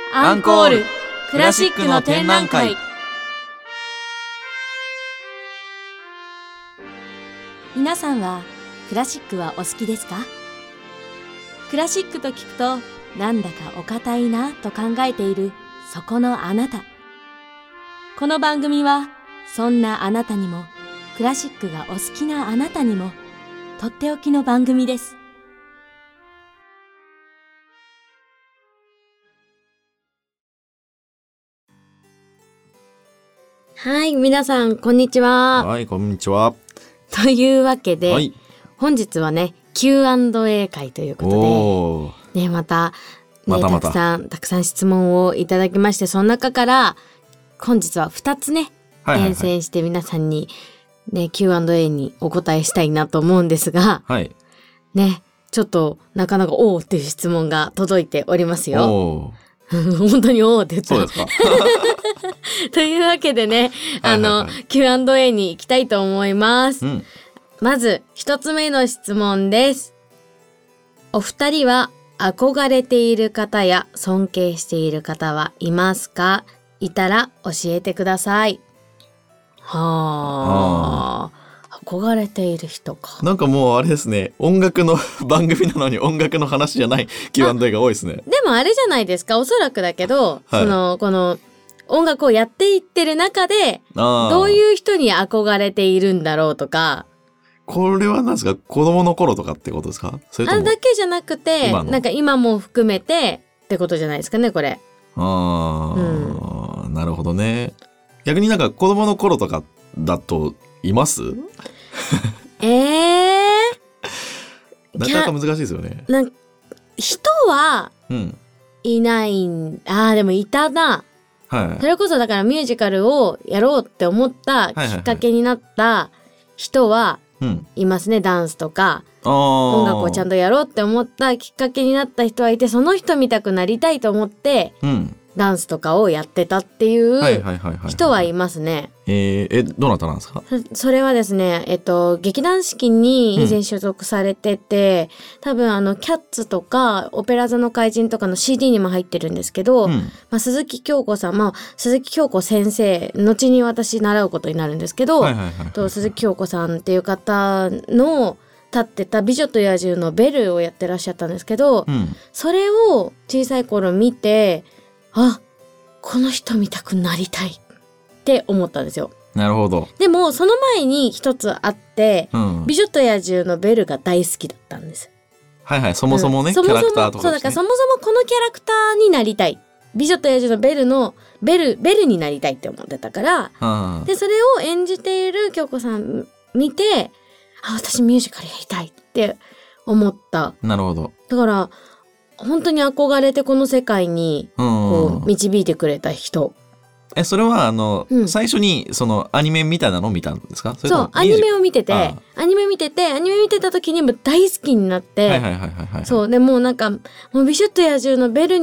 アンコールクラシックの展覧会。 皆さんはクラシックはお好きですか？クラシックと聞くとなんだかお堅いなと考えているそこのあなた。この番組はそんなあなたにもクラシックがお好きなあなたにもとっておきの番組です。はい、皆さんこんにちは。 はい、こんにちは。 というわけで、 はい、 本日はね Q&A 会ということで、ね、またたくさん質問をいただきまして、その中から本日は2つね、厳選して皆さんに、ね、Q&A にお答えしたいなと思うんですが、 はい、 ね、ちょっとなかなかおーっていう質問が届いておりますよ。本当におーって言った。 そうですか。 というわけでね、Q&A に行きたいと思います。まず一つ目の質問です。お二人は憧れている方や尊敬している方はいますか？いたら教えてください。はあ、憧れている人か。 なんかもうあれですね、音楽の番組なのに音楽の話じゃない Q&A が多いですね。 でもあれじゃないですか、おそらくだけど、この音楽をやっていってる中でどういう人に憧れているんだろうとか。 これは何ですか、子供の頃とかってことですか？それともだけじゃなくて、なんか今も含めてってことじゃないですかね、これ。 なるほどね。逆になんか子供の頃とかだといます？なかなか難しいですよね。 人はいないでもいたな。それこそだからミュージカルをやろうって思ったきっかけになった人はいますね。ダンスとか音楽をちゃんとやろうって思ったきっかけになった人はいて、その人見たくなりたいと思ってダンスとかをやってたっていう人はいますね。 どなたなんですか？ それはですね、劇団四季に以前所属されてて、多分キャッツとかオペラ座の怪人とかの CD にも入ってるんですけど、鈴木京子さん、鈴木京子先生、後に私習うことになるんですけど、鈴木京子さんっていう方の立ってた美女と野獣のベルをやってらっしゃったんですけど、それを小さい頃見て、この人見たくなりたいって思ったんですよ。 なるほど。 でもその前に一つあって、美女と野獣のベルが大好きだったんです。 そもそもね、キャラクターとかですね。 そうだからそもそもこのキャラクターになりたい、美女と野獣のベルになりたいって思ってたから、でそれを演じている京子さん見て、私ミュージカルやりたいって思った。 なるほど。 だから本当に憧れてこの世界にこう導いてくれた人。 それは最初にそのアニメみたいなのを見たんですか？ そう、アニメを見てて、アニメ見てた時にも大好きになって、そうでもうなんかもう美女と野獣のベル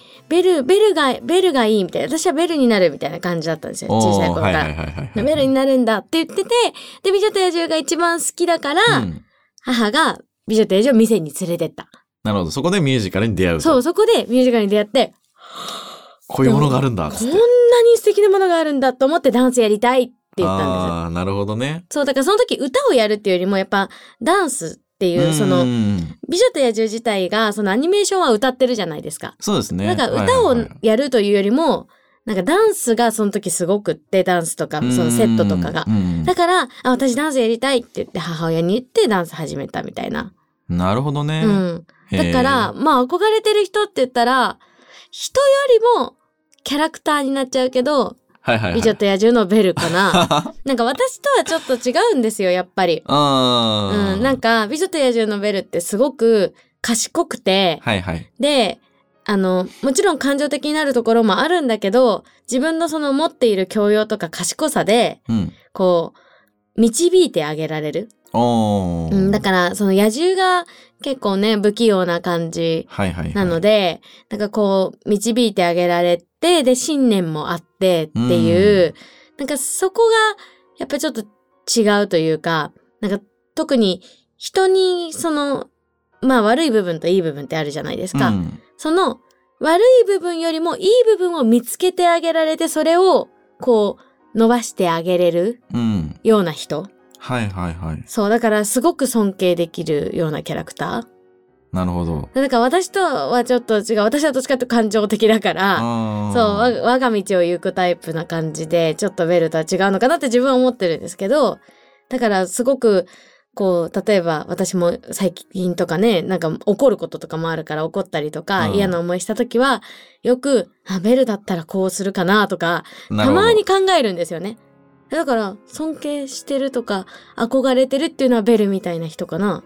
がいいみたいな、私はベルになるみたいな感じだったんですよ、小さい頃から。ベルになるんだって言ってて、で美女と野獣が一番好きだから、母が美女と野獣を店に連れてった。 なるほど。そこでミュージカルに出会うと。 そう、そこでミュージカルに出会って、 こういうものがあるんだっつって、 こんなに素敵なものがあるんだと思ってダンスやりたいって言ったんです。 なるほどね。 そう、だからその時歌をやるっていうよりもやっぱダンスっていうその美女と野獣自体がそのアニメーションは歌ってるじゃないですか。 そうですね。 なんか歌をやるというよりも、なんかダンスがその時すごくって、ダンスとかそのセットとかが、だから私ダンスやりたいって言って母親に言ってダンス始めたみたいな。 なるほどね。 だから憧れてる人って言ったら人よりもキャラクターになっちゃうけど、美女と野獣のベルかな。なんか私とはちょっと違うんですよ、やっぱり。なんか美女と野獣のベルってすごく賢くて、でもちろん感情的になるところもあるんだけど、自分のその持っている教養とか賢さで、こう導いてあげられる。だからその野獣が結構ね不器用な感じなので、なんかこう導いてあげられて、で信念もあってっていう、なんかそこがやっぱりちょっと違うというか、なんか特に人にその悪い部分といい部分ってあるじゃないですか。その悪い部分よりもいい部分を見つけてあげられて、それをこう伸ばしてあげれるような人。 はいはいはい。 そう、だからすごく尊敬できるようなキャラクター。 なるほど。 だから私とはちょっと違う。私はどっちかというと感情的だから、そう我が道を行くタイプな感じで、ちょっとベルとは違うのかなって自分は思ってるんですけど、だからすごくこう、例えば私も最近とかね、なんか怒ることとかもあるから怒ったりとか、嫌な思いした時は、よく、ベルだったらこうするかなとか、たまに考えるんですよね。だから、尊敬してるとか、憧れてるっていうのはベルみたいな人かな。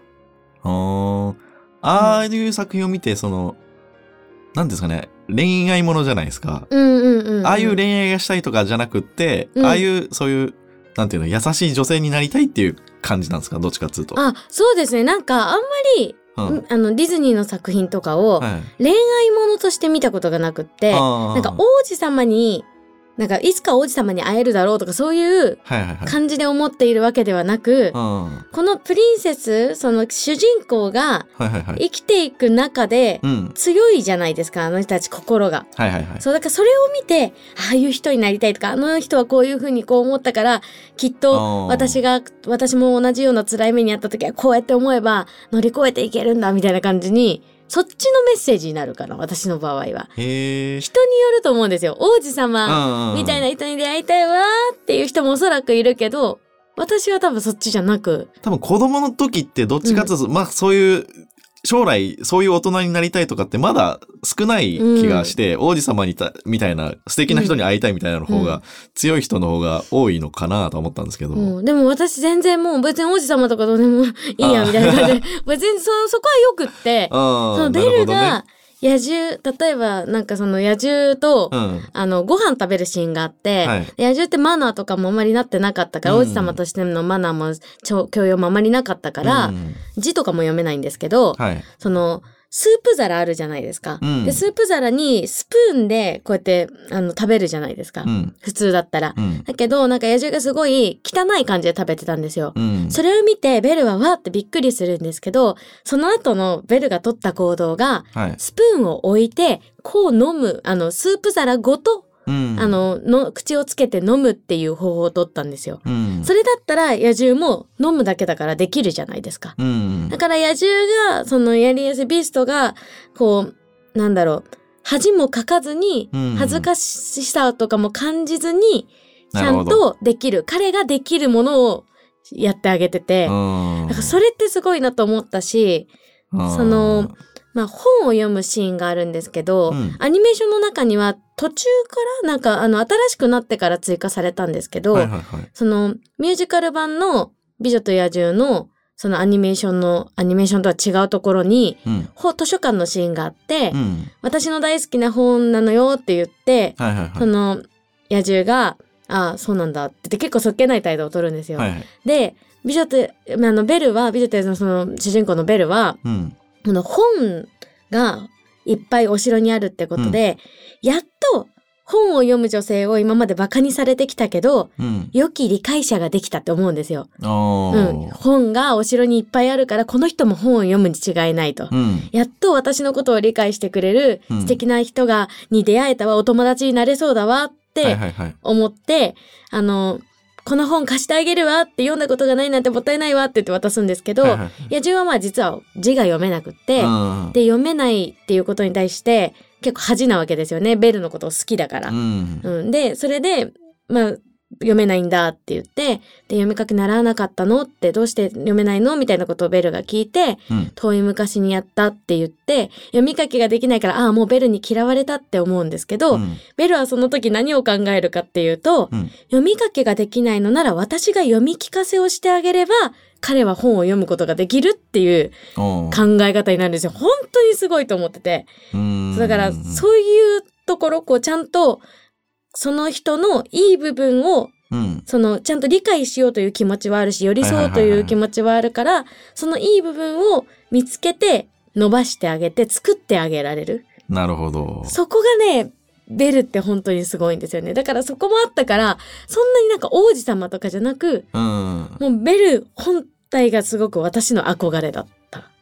ああいう作品を見て、なんですかね、恋愛ものじゃないですか。ああいう恋愛がしたいとかじゃなくって、ああいうそういうなんていうの、優しい女性になりたいっていう感じなんですか、どっちかっつうと。 そうですね。なんかあんまり、ディズニーの作品とかを恋愛ものとして見たことがなくって、なんか王子様になんかいつか王子様に会えるだろうとかそういう感じで思っているわけではなく、このプリンセス、その主人公が生きていく中で強いじゃないですか、あの人たち心が。そうだからそれを見て、ああいう人になりたいとか、あの人はこういうふうにこう思ったから、きっと私も同じような辛い目にあった時はこうやって思えば乗り越えていけるんだみたいな感じに。そっちのメッセージになるかな、私の場合は。人によると思うんですよ。王子様みたいな人に出会いたいわっていう人もおそらくいるけど、私は多分そっちじゃなく。 多分子供の時ってどっちかというと、そういう、将来そういう大人になりたいとかってまだ少ない気がして、王子様みたいな素敵な人に会いたいみたいなの方が、強い人の方が多いのかなと思ったんですけど、 でも私全然もう別に王子様とかどうでもいいやみたいな感じで別にそこはよくってそのベルが野獣、例えばなんかその野獣と、ご飯食べるシーンがあって、野獣ってマナーとかもあまりなってなかったから、王子様としてのマナーも教養もあまりなかったから、字とかも読めないんですけど、そのスープ皿あるじゃないですか、でスープ皿にスプーンでこうやって食べるじゃないですか、普通だったら、だけどなんか野獣がすごい汚い感じで食べてたんですよ、それを見てベルはわーってびっくりするんですけど、その後のベルが取った行動が、スプーンを置いてこう飲む、スープ皿ごと口をつけて飲むっていう方法を取ったんですよ、それだったら野獣も飲むだけだからできるじゃないですか、だから野獣がそのやりやすいビーストがこうなんだろう、恥もかかずに恥ずかしさとかも感じずにちゃんとできる、彼ができるものをやってあげてて、だからそれってすごいなと思ったし、その本を読むシーンがあるんですけど、アニメーションの中には途中からなんか新しくなってから追加されたんですけど、そのミュージカル版の美女と野獣のそのアニメーションとは違うところに、図書館のシーンがあって、私の大好きな本なのよって言って、その野獣がそうなんだって言って結構そっけない態度を取るんですよ、で美女とベルは美女と野獣のその主人公のベルは、本がいっぱいお城にあるってことで、やっと本を読む女性を今までバカにされてきたけど、良き理解者ができたって思うんですよ、本がお城にいっぱいあるからこの人も本を読むに違いないと、やっと私のことを理解してくれる素敵な人に出会えたわ、お友達になれそうだわって思って、この本貸してあげるわって、読んだことがないなんてもったいないわって言って渡すんですけど、野獣は実は字が読めなくって、で読めないっていうことに対して結構恥なわけですよね、ベルのことを好きだから、でそれで読めないんだって言って、で読み書き習わなかったのって、どうして読めないのみたいなことをベルが聞いて、遠い昔にやったって言って、読み書きができないからもうベルに嫌われたって思うんですけど、ベルはその時何を考えるかっていうと、読み書きができないのなら私が読み聞かせをしてあげれば彼は本を読むことができるっていう考え方になるんですよ。本当にすごいと思ってて、だからそういうところちゃんとその人のいい部分を、ちゃんと理解しようという気持ちはあるし、寄り添うという気持ちはあるから、そのいい部分を見つけて伸ばしてあげて作ってあげられる。 なるほど。 そこがね、ベルって本当にすごいんですよね。だからそこもあったから、そんなになんか王子様とかじゃなく、もうベル本体がすごく私の憧れだった。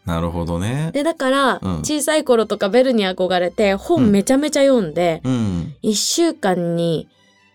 なるほどね。 で、だから、 うん小さい頃とかベルに憧れて、本めちゃめちゃ読んで、1週間に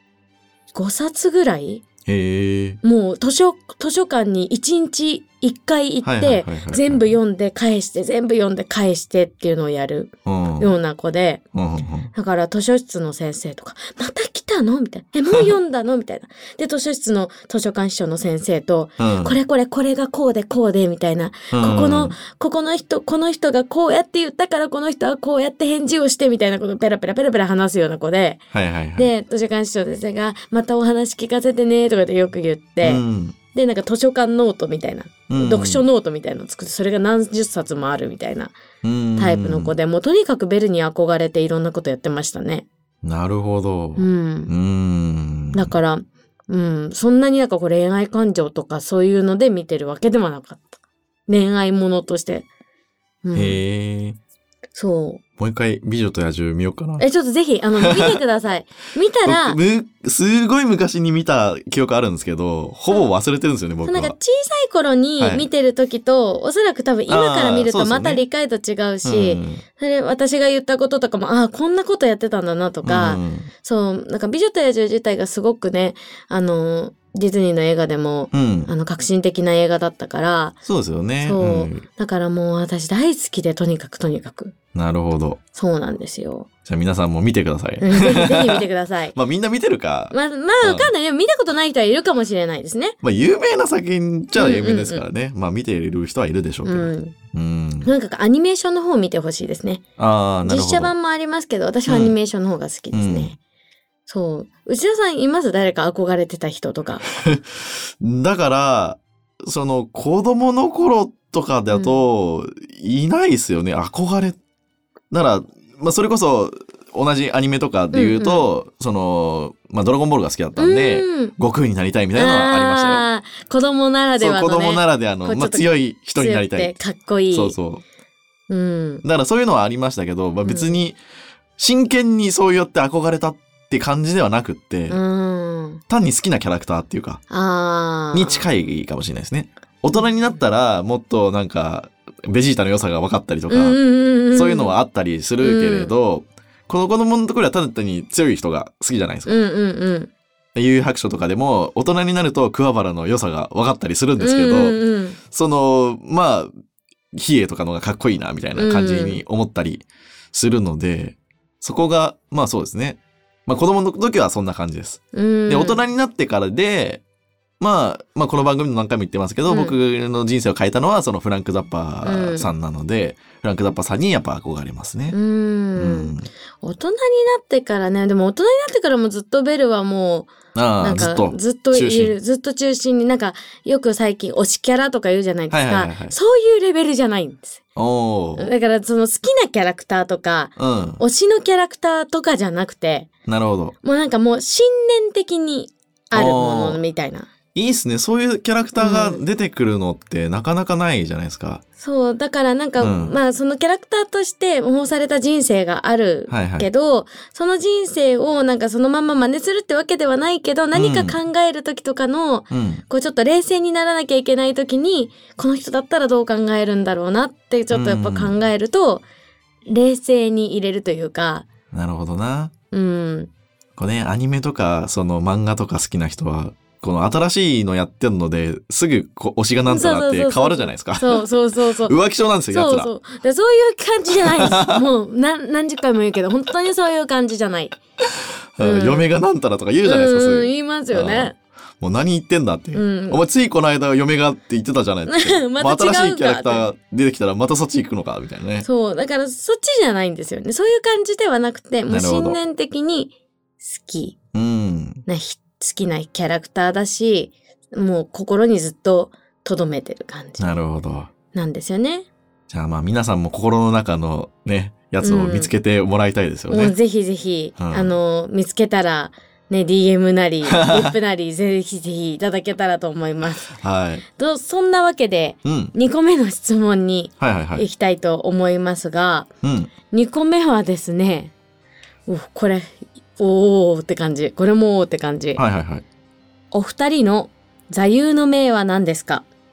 5冊ぐらいへえ。 もう図書館に1日1回行って、全部読んで返して、全部読んで返してっていうのをやるような子で、だから図書室の先生とか、また来たのみたいな。もう読んだのみたいな。で、図書室の図書館司書の先生と、これがこうで、みたいな。この人がこうやって言ったからこの人はこうやって返事をして、みたいなことをペラペラ話すような子で、で、図書館司書先生が、またお話聞かせてね、とかってよく言って、で、なんか図書館ノートみたいな、読書ノートみたいなのを作って、それが何十冊もあるみたいなタイプの子で、もうとにかくベルに憧れていろんなことやってましたね。 なるほど。 だから、そんなになんかこう恋愛感情とかそういうので見てるわけではなかった。恋愛ものとして。 へえ。 そう。 もう一回美女と野獣見ようかな。 ちょっとぜひ、見てください。見たら、 すごい昔に見た記憶あるんですけど、ほぼ忘れてるんですよね、僕は。 なんか小さい頃に見てる時と、おそらく多分今から見るとまた理解度違うし、それ私が言ったこととかも、こんなことやってたんだなとか、そう、なんか美女と野獣自体がすごくね、ディズニーの映画でも、革新的な映画だったから。 そうですよね。 そう。だからもう私大好きで、とにかく。 なるほど。 そうなんですよ。 じゃあ皆さんも見てください。 ぜひ見てください。 まあみんな見てるか。 まあわかんない。見たことない人はいるかもしれないですね。 まあ有名な作品じゃ有名ですからね。まあ見ている人はいるでしょうけど。 とにかくアニメーションの方を見てほしいですね。 なるほど。 実写版もありますけど、私はアニメーションの方が好きですね。そう。内田さんいます？誰か憧れてた人とか。 だから、子供の頃とかだと、いないですよね。憧れ。なら、まあ、それこそ、同じアニメとかで言うと、まあ、ドラゴンボールが好きだったんで、悟空になりたいみたいなのはありましたよ。 子供ならではのね。 そう、子供ならではの、まあ、強い人になりたい。 かっこいい。 そう。だからそういうのはありましたけど、まあ、別に、真剣にそうやって憧れたって感じではなくって、単に好きなキャラクターっていうか、に近いかもしれないですね。大人になったらもっとなんか、ベジータの良さが分かったりとか、そういうのはあったりするけれど、この子供のところはただ単に強い人が好きじゃないですか。幽遊白書とかでも大人になると桑原の良さが分かったりするんですけど、まあ、比叡とかのがかっこいいなみたいな感じに思ったりするので、そこが、まあそうですね。まあ子供の時はそんな感じです。で、大人になってからで、まあこの番組も何回も言ってますけど、僕の人生を変えたのはそのフランク・ザッパーさんなので、フランク・ザッパーさんにやっぱ憧れますね。 大人になってからね、でも大人になってからもずっとベルはもう、なんかずっといる、ずっと中心に、なんかよく最近推しキャラとか言うじゃないですか。そういうレベルじゃないんです。だからその好きなキャラクターとか、推しのキャラクターとかじゃなくて、 なるほど。 もうなんかもう信念的にあるものみたいな。 いいっすね。そういうキャラクターが出てくるのってなかなかないじゃないですか。 そう。だからなんか、まあそのキャラクターとして模倣された人生があるけど、その人生をなんかそのまま真似するってわけではないけど、何か考える時とかの、こうちょっと冷静にならなきゃいけない時に、この人だったらどう考えるんだろうなってちょっとやっぱ考えると、冷静に入れるというか。 なるほどな。これね、アニメとかその漫画とか好きな人は、この新しいのやってるので、すぐ推しがなんたらって変わるじゃないですか。 そう。 浮気症なんですよ、奴ら。 そういう感じじゃないです。もう何十回も言うけど、本当にそういう感じじゃない。 嫁がなんたらとか言うじゃないですか、 言いますよね。 もう何言ってんだって。お前ついこの間嫁がって言ってたじゃないですか。また新しいキャラクターが出てきたらまたそっち行くのかみたいなね。 そう。だからそっちじゃないんですよね。そういう感じではなくて、もう信念的に好きな人。好きなキャラクターだし、もう心にずっと留めてる感じ。 なるほど。 なんですよね。 じゃあまあ皆さんも心の中のね、やつを見つけてもらいたいですよね。 もうぜひぜひ、見つけたら、ね、DM なり、リップなり、ぜひぜひいただけたらと思います。 はい。 そんなわけで、2個目の質問に行きたいと思いますが、2個目はですね、これ、おーって感じ。これもおーって感じ。お二人の座右の銘は何ですか？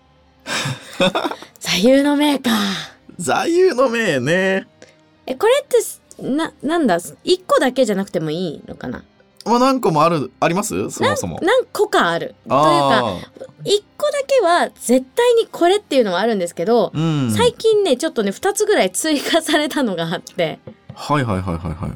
座右の銘か。 座右の銘ね。 これってなんだ、1個だけじゃなくてもいいのかな。 何個もありますそもそも。 何個かあるというか、1個だけは絶対にこれっていうのはあるんですけど、最近ねちょっとね2つぐらい追加されたのがあって。 はいはいはいはいはい。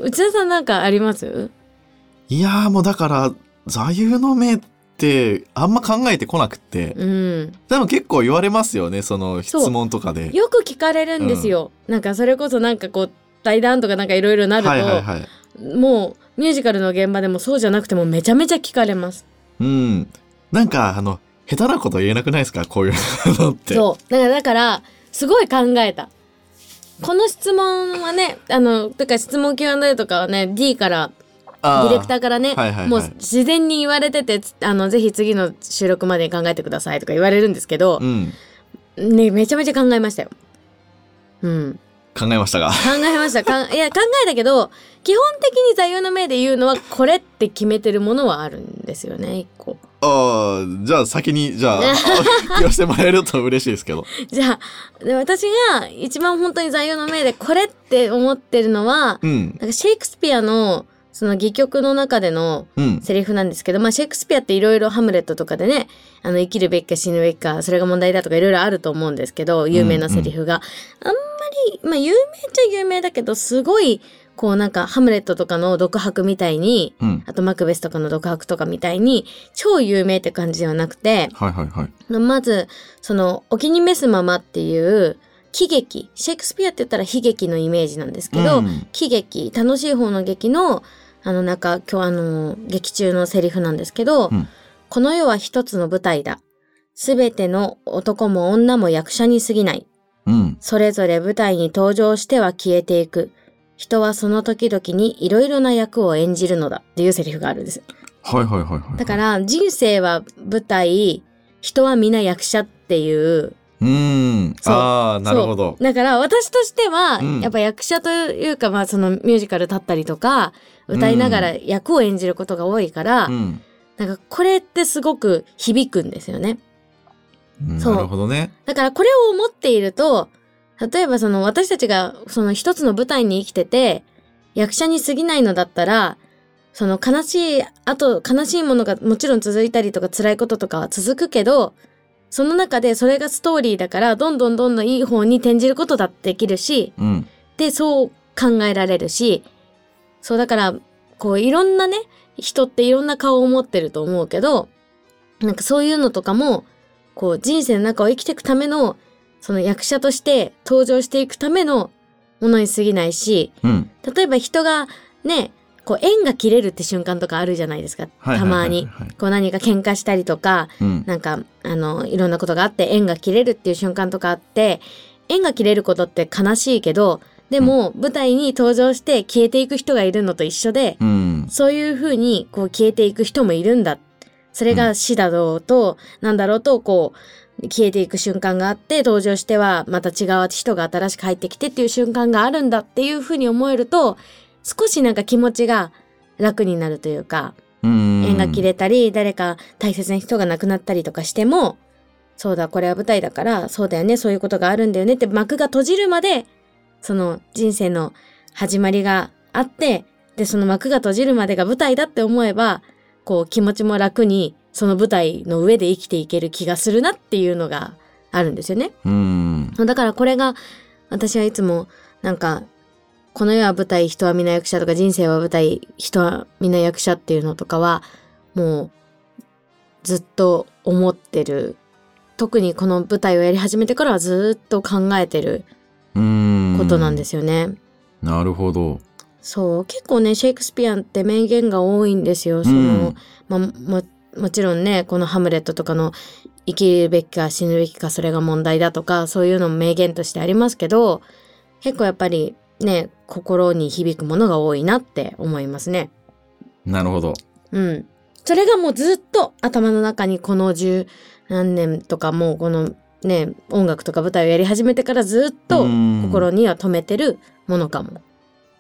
内田さんなんかあります？ いやーもうだから座右の銘ってあんま考えてこなくって、でも結構言われますよね、その質問とかで。 よく聞かれるんですよ。なんかそれこそなんかこう対談とかなんかいろいろなると、もうミュージカルの現場でもそうじゃなくてもめちゃめちゃ聞かれます。 なんか下手なこと言えなくないですか、こういうのって。 そうだからすごい考えた。この質問はね、だから質問 Q&A とかはね D からディレクターからね、もう自然に言われてて、ぜひ次の収録までに考えてくださいとか言われるんですけど、ね、めちゃめちゃ考えましたよ。 考えましたが。 考えました。いや、考えたけど、基本的に座右の銘で言うのはこれって決めてるものはあるんですよね、一個。 じゃあ先に発表してもらえると嬉しいですけど。 じゃあ私が一番本当に座右の銘でこれって思ってるのは、なんかシェイクスピアのその戯曲の中でのセリフなんですけど、シェイクスピアっていろいろハムレットとかでね、生きるべきか死ぬべきかそれが問題だとかいろいろあると思うんですけど、有名なセリフが、あんまり有名っちゃ有名だけど、すごいこうなんかハムレットとかの独白みたいに、あとマクベスとかの独白とかみたいに超有名って感じではなくて、まずそのお気に召すままっていう喜劇、シェイクスピアって言ったら悲劇のイメージなんですけど、喜劇、楽しい方の劇のなんか今日劇中のセリフなんですけど、この世は一つの舞台だ。すべての男も女も役者に過ぎない。それぞれ舞台に登場しては消えていく。人はその時々にいろいろな役を演じるのだっていうセリフがあるんです。だから人生は舞台、人は皆役者っていう。 なるほど。 だから私としては、やっぱ役者というか、そのミュージカル立ったりとか歌いながら役を演じることが多いから、なんかこれってすごく響くんですよね。 なるほどね。 だからこれを思っていると、例えばその私たちがその一つの舞台に生きてて役者に過ぎないのだったら、その悲しいものがもちろん続いたりとか辛いこととかは続くけど、その中でそれがストーリーだからどんどんいい方に転じることだってできるし、でそう考えられるし、そうだからこういろんなね、人っていろんな顔を持ってると思うけど、なんかそういうのとかもこう人生の中を生きていくためのその役者として登場していくためのものに過ぎないし、例えば人がね、こう縁が切れるって瞬間とかあるじゃないですか、たまに。こう何か喧嘩したりとか、なんかいろんなことがあって縁が切れるっていう瞬間とかあって、縁が切れることって悲しいけど、でも舞台に登場して消えていく人がいるのと一緒で、そういう風にこう消えていく人もいるんだ。それが死だろうとなんだろうとこう消えていく瞬間があって、登場してはまた違う人が新しく入ってきてっていう瞬間があるんだっていう風に思えると、少しなんか気持ちが楽になるというか、縁が切れたり誰か大切な人が亡くなったりとかしても、そうだこれは舞台だからそうだよね、そういうことがあるんだよねって幕が閉じるまで、その人生の始まりがあって、でその幕が閉じるまでが舞台だって思えば、こう気持ちも楽にその舞台の上で生きていける気がするなっていうのがあるんですよね。だからこれが私はいつもなんか、この世は舞台、人は皆役者とか、人生は舞台、人は皆役者っていうのとかはもうずっと思ってる。特にこの舞台をやり始めてからはずっと考えてることなんですよね。 なるほど。 そう、結構ねシェイクスピアって名言が多いんですよ。その、もちろんね、このハムレットとかの生きるべきか死ぬべきかそれが問題だとか、そういうのも名言としてありますけど、結構やっぱりね、心に響くものが多いなって思いますね。 なるほど。 それがもうずっと頭の中にこの十何年とかもうこのね、音楽とか舞台をやり始めてからずっと心には留めてるものかも。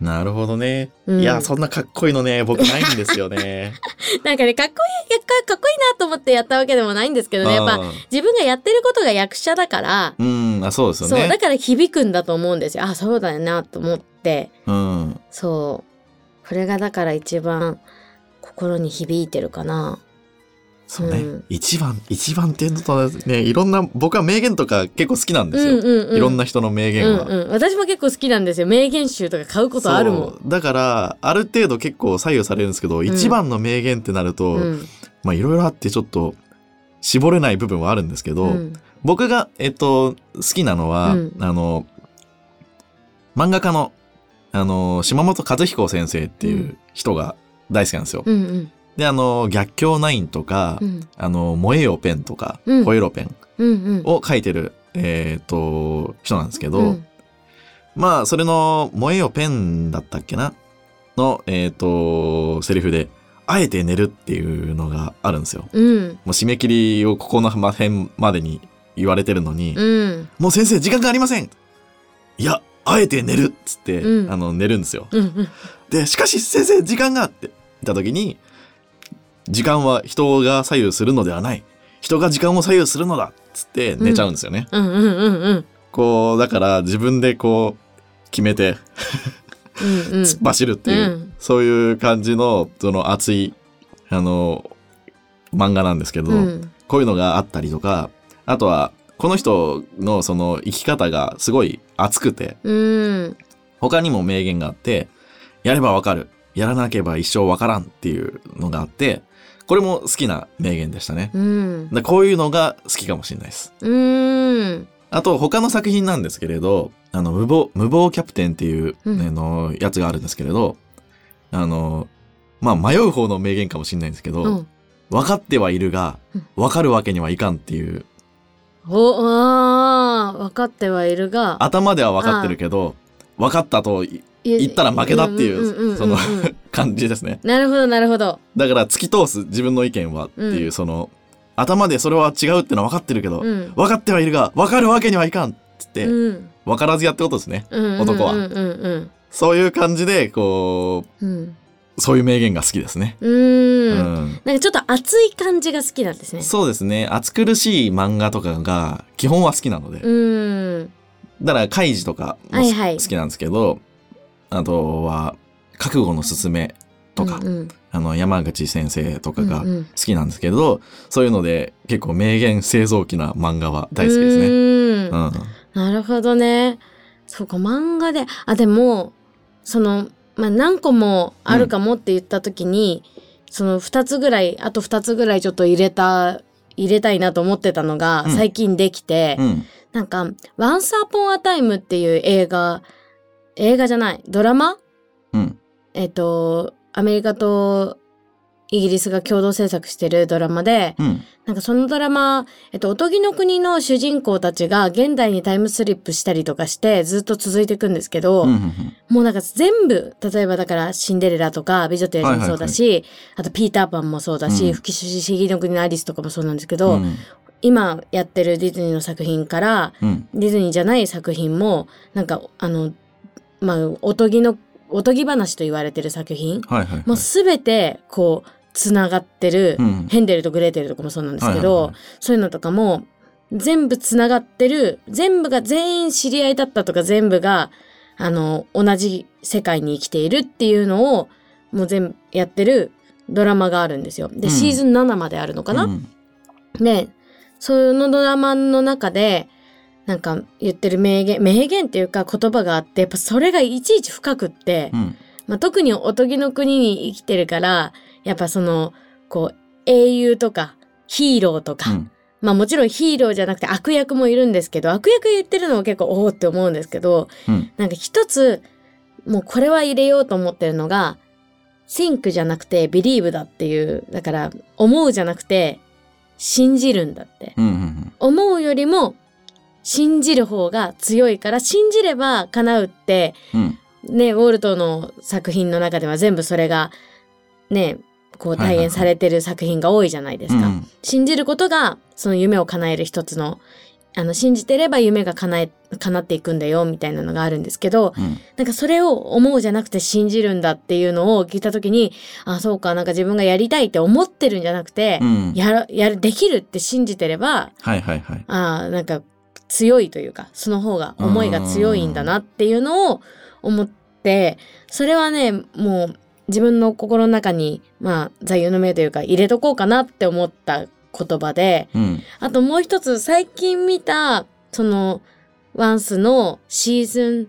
なるほどね、 うんいやそんなかっこいいのね僕ないんですよねなんかねかっこいいなと思ってやったわけでもないんですけどね、やっぱ自分がやってることが役者だから、 そうですよね。 そうだから響くんだと思うんですよ。あ、そうだよなと思って、そうこれがだから一番心に響いてるかな。 そうね、一番っていうのとね、いろんな僕は名言とか結構好きなんですよ、いろんな人の名言は、 私も結構好きなんですよ。名言集とか買うことあるもん。 だからある程度結構左右されるんですけど、一番の名言ってなると、まあいろいろあってちょっと絞れない部分はあるんですけど、僕が好きなのは、漫画家の島本和彦先生っていう人が大好きなんですよ。で逆境ナインとか、燃えよペンとか、ホエロペンを書いてる、人なんですけど、まあそれの燃えよペンだったっけなのセリフであえて寝るっていうのがあるんですよ。もう締め切りをここの辺までに言われてるのに、もう先生時間がありません、いやあえて寝るっつって、寝るんですよ。でしかし先生時間がって言った時に、時間は人が左右するのではない、人が時間を左右するのだっつって寝ちゃうんですよね。こうだから自分でこう決めて突っ走るっていう、そういう感じのその熱い漫画なんですけど、こういうのがあったりとか、あとはこの人のその生き方がすごい熱くて、他にも名言があって、やればわかる、やらなければ一生わからんっていうのがあって、これも好きな名言でしたね。でこういうのが好きかもしれないです。あと他の作品なんですけれど、無謀キャプテンっていう、やつがあるんですけれど、まあ迷う方の名言かもしれないんですけど、分かってはいるが分かるわけにはいかんっていう。 分かってはいるが、 頭では分かってるけど分かったと言ったら負けだっていうその感じですね。 なるほどなるほど。 だから突き通す自分の意見はっていう、その頭でそれは違うってのは分かってるけど、分かってはいるが分かるわけにはいかんっつって、分からずやってことですね、男は。そういう感じでこう、そういう名言が好きですね。 なんかちょっと熱い感じが好きなんですね。 そうですね、熱苦しい漫画とかが基本は好きなので、だからカイジとかも好きなんですけど、あとは覚悟のすすめとか、山口先生とかが好きなんですけど、そういうので結構名言製造機な漫画は大好きですね。 なるほどね。そうか、漫画ででもその、何個もあるかもって言った時に、その2つぐらいちょっと入れたいなと思ってたのが最近できて、なんかOnce Upon a Timeっていう映画じゃないドラマ、アメリカとイギリスが共同制作してるドラマで、なんかそのドラマ、おとぎの国の主人公たちが現代にタイムスリップしたりとかしてずっと続いていくんですけど、もうなんか全部、例えばだからシンデレラとか美女と野獣もそうだし、あとピーターパンもそうだし、不思議の国のアリスとかもそうなんですけど、今やってるディズニーの作品から、ディズニーじゃない作品もなんかおとぎ話と言われてる作品、もうすべてこうつながってる、ヘンデルとグレーテルとかもそうなんですけど、そういうのとかも全部つながってる、全部が全員知り合いだったとか、全部が同じ世界に生きているっていうのをもう全部やってるドラマがあるんですよ。で、シーズン7まであるのかな、でそのドラマの中でなんか言ってる名言っていうか言葉があって、やっぱそれがいちいち深くって、特におとぎの国に生きてるから、やっぱそのこう英雄とかヒーローとか、もちろんヒーローじゃなくて悪役もいるんですけど、悪役言ってるのは結構おおって思うんですけど、なんか一つもうこれは入れようと思ってるのが think じゃなくて believe だっていう。だから思うじゃなくて信じるんだって、思うよりも信じる方が強いから、信じれば叶うって、ね、ウォルトの作品の中では全部それがね、こう体現されてる作品が多いじゃないですか。信じることがその夢を叶える一つの信じてれば夢が叶っていくんだよみたいなのがあるんですけど、なんかそれを思うじゃなくて信じるんだっていうのを聞いた時に、そうか、なんか自分がやりたいって思ってるんじゃなくて、できるって信じてれば、なんか強いというか、その方が思いが強いんだなっていうのを思って、それはね、もう自分の心の中に、座右の銘というか入れとこうかなって思った言葉で、あともう一つ最近見たそのワンスのシーズン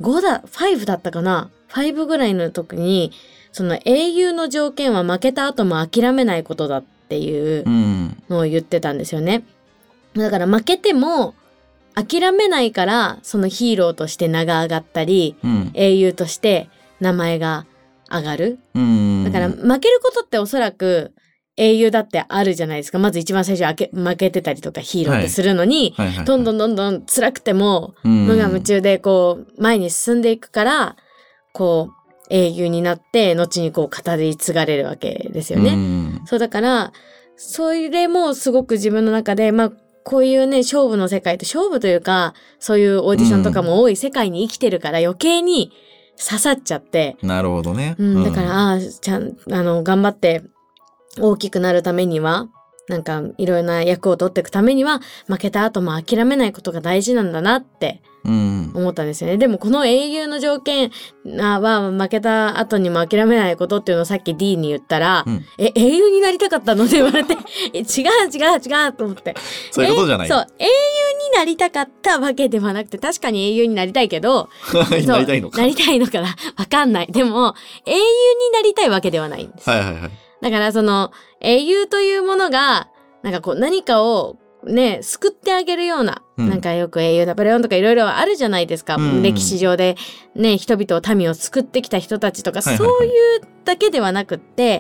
5だったかな、5ぐらいの時に、その英雄の条件は負けた後も諦めないことだっていうのを言ってたんですよね。だから負けても諦めないから、そのヒーローとして名が上がったり、英雄として名前が上がる。だから負けることっておそらく英雄だってあるじゃないですか。まず一番最初負けてたりとかヒーローってするのに、どんどん辛くても無我夢中でこう前に進んでいくから、こう英雄になって後にこう語り継がれるわけですよね。そうだからそれもすごく自分の中で、こういうね、勝負の世界と勝負というか、そういうオーディションとかも多い世界に生きてるから余計に刺さっちゃって。 なるほどね。 だから頑張って大きくなるためには、なんかいろいろな役を取っていくためには、負けた後も諦めないことが大事なんだなって思ったんですよね。でもこの英雄の条件は負けた後にも諦めないことっていうのをさっき D に言ったら、英雄になりたかったのって言われて違うと思って。 そういうことじゃない。 そう、英雄になりたかったわけではなくて、確かに英雄になりたいけどなりたいのかなりたいのかなわかんない。でも英雄になりたいわけではないんです。だからその英雄というものがなんかこう何かをね救ってあげるような、なんかよく英雄ナポレオンとかいろいろあるじゃないですか、歴史上でね人々民を救ってきた人たちとか、そういうだけではなくって、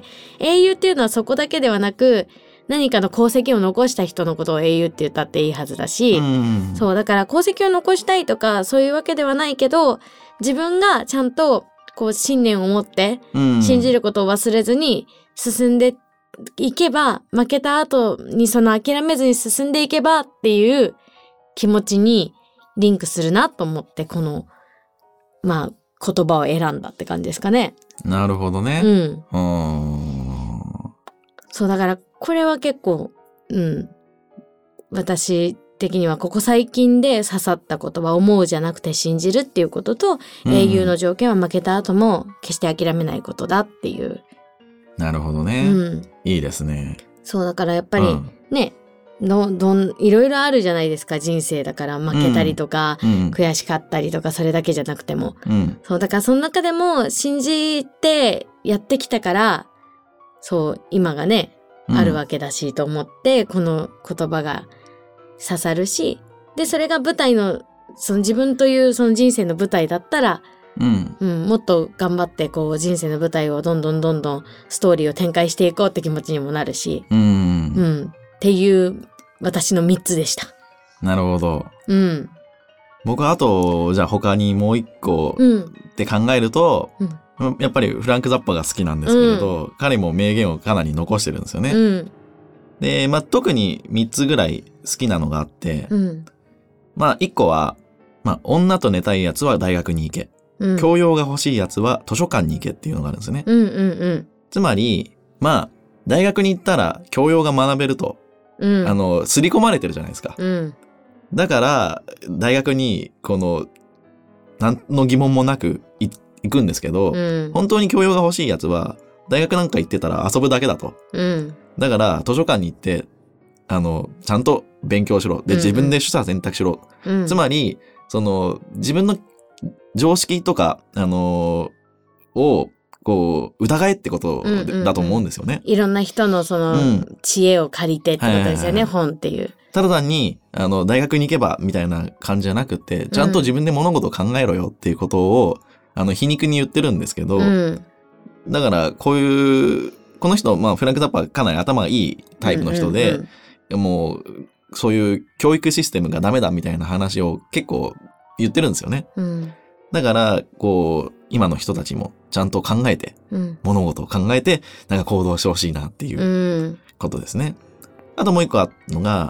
英雄っていうのはそこだけではなく何かの功績を残した人のことを英雄って言ったっていいはずだし、そうだから功績を残したいとかそういうわけではないけど、自分がちゃんとこう信念を持って信じることを忘れずに進んでいけば、負けた後にその諦めずに進んでいけばっていう気持ちにリンクするなと思って、この言葉を選んだって感じですかね。 なるほどね。 そうだからこれは結構私的にはここ最近で刺さった言葉、思うじゃなくて信じるっていうことと、英雄の条件は負けた後も決して諦めないことだっていう。 なるほどね。いいですね。 そうだからやっぱりね、いろいろあるじゃないですか、人生だから。負けたりとか、悔しかったりとか、それだけじゃなくても、そうだからその中でも信じてやってきたから、そう今がね、あるわけだしと思って、この言葉が刺さるし、でそれが舞台のその自分というその人生の舞台だったら、もっと頑張ってこう人生の舞台をどんどんストーリーを展開していこうって気持ちにもなるし、っていう私の3つでした。 なるほど。僕はあとじゃあ他にもう一個って考えると、やっぱりフランク・ザッパが好きなんですけれど、彼も名言をかなり残してるんですよね。で、特に3つぐらい好きなのがあって、1個は、女と寝たいやつは大学に行け。教養が欲しいやつは図書館に行けっていうのがあるんですよね。つまり、大学に行ったら教養が学べると、刷り込まれてるじゃないですか。だから、大学に、何の疑問もなく行くんですけど、本当に教養が欲しいやつは、大学なんか行ってたら遊ぶだけだと。だから、図書館に行って、ちゃんと勉強しろ。で、自分で取捨選択しろ。つまり、自分の常識とか、を、疑えってことだと思うんですよね。 いろんな人の知恵を借りてってことですよね、本っていう。 ただ単に、大学に行けばみたいな感じじゃなくて、ちゃんと自分で物事を考えろよっていうことを、皮肉に言ってるんですけど、だから、この人、フランク・ザッパーかなり頭がいいタイプの人で、もう、そういう教育システムがダメだみたいな話を結構言ってるんですよね。だから、今の人たちもちゃんと考えて、物事を考えて、なんか行動してほしいなっていうことですね。あともう一個あるのが、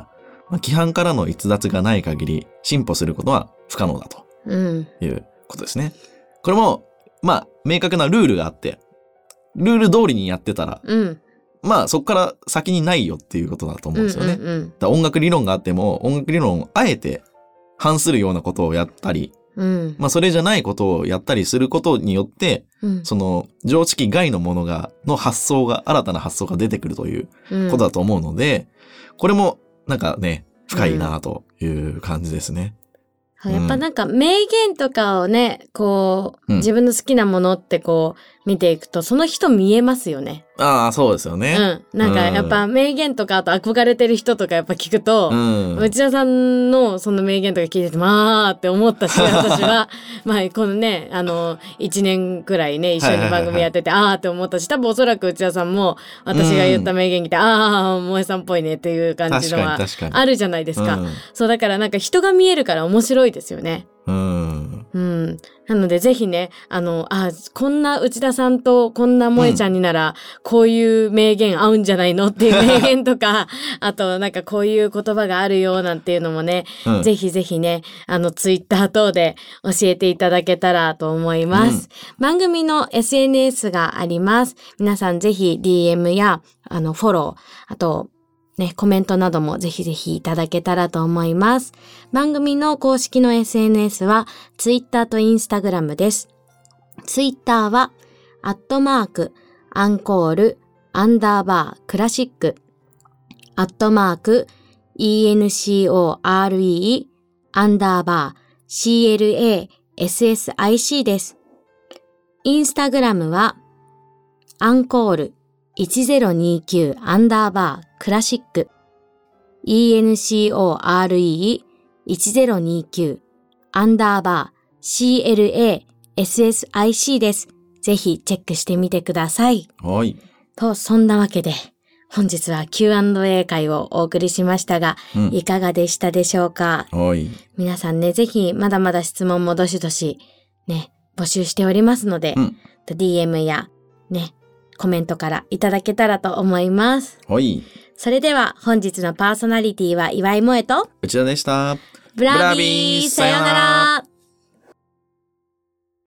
規範からの逸脱がない限り進歩することは不可能だということですね。これも明確なルールがあって、ルール通りにやってたら、そこから先にないよっていうことだと思うんですよね。だ音楽理論があっても、音楽理論をあえて反するようなことをやったり、それじゃないことをやったりすることによって、その常識外のものの発想が、新たな発想が出てくるということだと思うので、これもなんかね、深いなという感じですね。 やっぱなんか名言とかをね、こう、自分の好きなものってこう見ていくと、その人見えますよね。 ああ、そうですよね。 なんかやっぱ名言とか、あと憧れてる人とかやっぱ聞くと、内田さんのその名言とか聞いてて、って思ったし、私は、このね、1年くらいね、一緒に番組やってて、って思ったし、多分おそらく内田さんも、私が言った名言聞いて、萌えさんっぽいねっていう感じのはあるじゃないですか。そう、だからなんか人が見えるから面白いですよね。なのでぜひね、こんな内田さんとこんな萌えちゃんになら、こういう名言合うんじゃないのっていう名言とか、あとなんかこういう言葉があるよなんていうのもね、ぜひぜひね、ツイッター等で教えていただけたらと思います。番組の SNS があります。皆さんぜひ DM やフォロー、あとコメントなどもぜひぜひいただけたらと思います。番組の公式の SNS は Twitter と Instagram です。Twitter は@クラシック@ENCORE_CLASSIC です。Instagram はアンコール1029クラシック ENCORE1029CLASSIC です。ぜひチェックしてみてください。 はい。 と、そんなわけで、本日は Q&A 会をお送りしましたが、いかがでしたでしょうか？ はい。 皆さんね、ぜひまだまだ質問もどしどしね、募集しておりますので、DM やね、コメントからいただけたらと思います。 はい。 それでは本日のパーソナリティは岩井萌と内田でした。 ブラビーさようなら。